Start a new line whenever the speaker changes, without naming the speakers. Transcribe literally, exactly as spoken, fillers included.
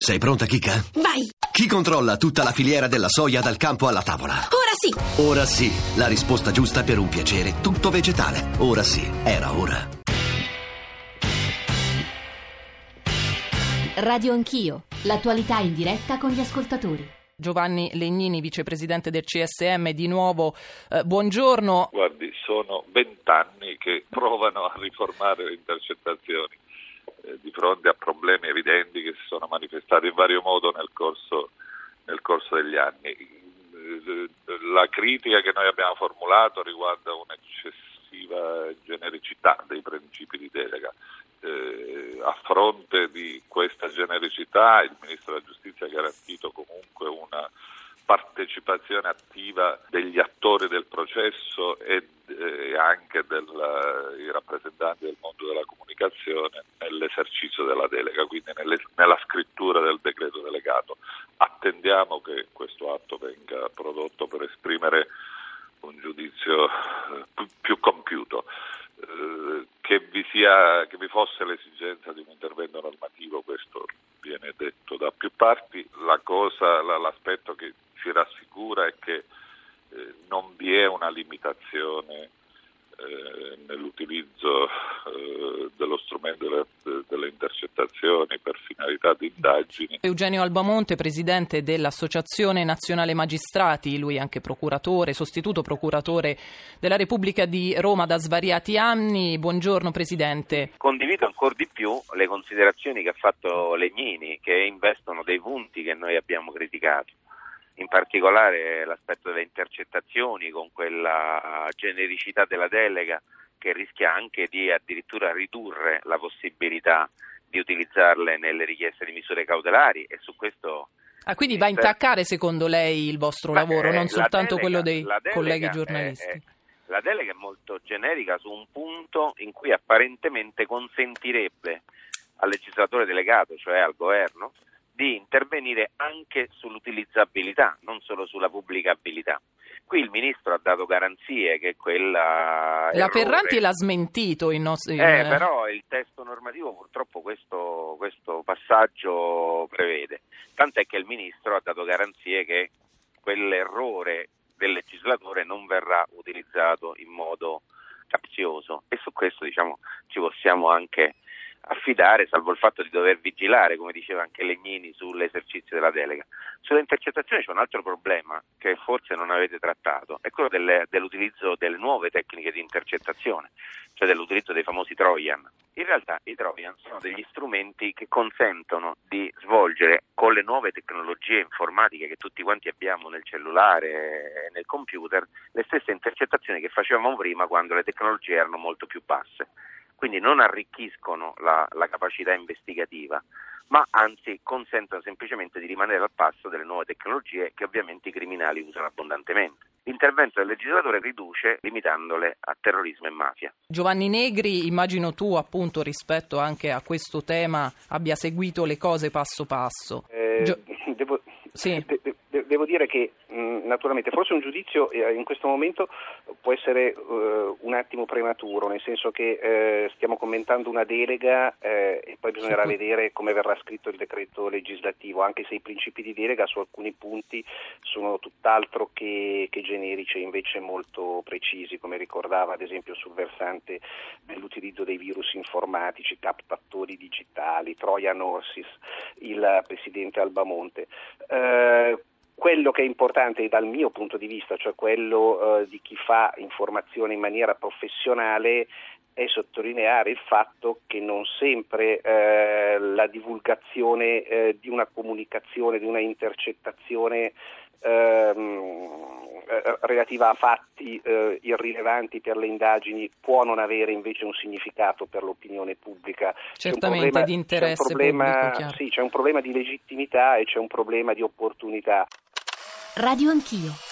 Sei pronta, Kika?
Vai!
Chi controlla tutta la filiera della soia dal campo alla tavola?
Ora sì!
Ora sì, la risposta giusta per un piacere tutto vegetale. Ora sì, era ora.
Radio Anch'io, l'attualità in diretta con gli ascoltatori.
Giovanni Legnini, vicepresidente del C S M, di nuovo, eh, buongiorno.
Guardi, sono vent'anni che provano a riformare le intercettazioni eh, di fronte a problemi evidenti che si sono manifestati in vario modo nel corso, nel corso degli anni. La critica che noi abbiamo formulato riguarda un'eccessiva genericità dei principi di delega. Eh, a fronte di questa genericità il Ministro della Giustizia ha garantito comunque una partecipazione attiva degli attori del processo e eh, anche dei rappresentanti del mondo della comunicazione nell'esercizio della delega, quindi nelle, nella scrittura del decreto delegato. Attendiamo che questo atto venga prodotto per esprimere un giudizio più, più compiuto. Eh, che vi sia, che vi fosse l'esigenza di un intervento normativo, questo viene detto da più parti. La cosa, la, l'aspetto che ci rassicura è che eh, non vi è una limitazione eh, nell'utilizzo eh, dello strumento delle, delle intercettazioni per finalità di indagini.
Eugenio Albamonte, presidente dell'Associazione Nazionale Magistrati, lui anche procuratore, sostituto procuratore della Repubblica di Roma da svariati anni. Buongiorno Presidente.
Condivido ancora di più le considerazioni che ha fatto Legnini, che investono dei punti che noi abbiamo criticato. In particolare l'aspetto delle intercettazioni con quella genericità della delega che rischia anche di addirittura ridurre la possibilità di utilizzarle nelle richieste di misure cautelari, e su questo...
Ah, quindi va a intaccare secondo lei il vostro
Ma,
lavoro,
eh,
non soltanto
delega,
quello dei colleghi
è,
giornalisti?
È, è, la delega è molto generica su un punto in cui apparentemente consentirebbe al legislatore delegato, cioè al governo, di intervenire anche sull'utilizzabilità, non solo sulla pubblicabilità. Qui il Ministro ha dato garanzie che quella...
La
errore...
Ferranti l'ha smentito in nostri...
Eh, però il testo normativo purtroppo questo, questo passaggio prevede. Tant'è che il Ministro ha dato garanzie che quell'errore del legislatore non verrà utilizzato in modo capzioso, e su questo, diciamo, ci possiamo anche affidare, salvo il fatto di dover vigilare, come diceva anche Legnini, sull'esercizio della delega. Sulle intercettazioni c'è un altro problema che forse non avete trattato, è quello delle, dell'utilizzo delle nuove tecniche di intercettazione, cioè dell'utilizzo dei famosi Trojan. In realtà i Trojan sono degli strumenti che consentono di svolgere con le nuove tecnologie informatiche che tutti quanti abbiamo nel cellulare e nel computer le stesse intercettazioni che facevamo prima, quando le tecnologie erano molto più basse. Quindi non arricchiscono la, la capacità investigativa, ma anzi consentono semplicemente di rimanere al passo delle nuove tecnologie che ovviamente i criminali usano abbondantemente. L'intervento del legislatore riduce, limitandole a terrorismo e mafia.
Giovanni Negri, immagino tu appunto rispetto anche a questo tema abbia seguito le cose passo passo.
Eh,
Gio-
devo,
sì.
de, de, devo dire che mh, naturalmente forse un giudizio eh, in questo momento può essere uh, un attimo prematuro, nel senso che eh, stiamo commentando una delega eh, e poi bisognerà
sì.
vedere come verrà scritto il decreto legislativo, anche se i principi di delega su alcuni punti sono tutt'altro che, che generici e invece molto precisi, come ricordava ad esempio sul versante dell'utilizzo dei virus informatici, captatori digitali, Trojan Horses, il presidente Albamonte. Eh, Quello che è importante dal mio punto di vista, cioè quello eh, di chi fa informazione in maniera professionale, è sottolineare il fatto che non sempre eh, la divulgazione eh, di una comunicazione, di una intercettazione ehm, eh, relativa a fatti eh, irrilevanti per le indagini può non avere invece un significato per l'opinione pubblica.
Certamente,
c'è un problema,
di interesse
c'è un problema,
pubblico, chiaro.
sì, c'è un problema di legittimità e c'è un problema di opportunità.
Radio Anch'io,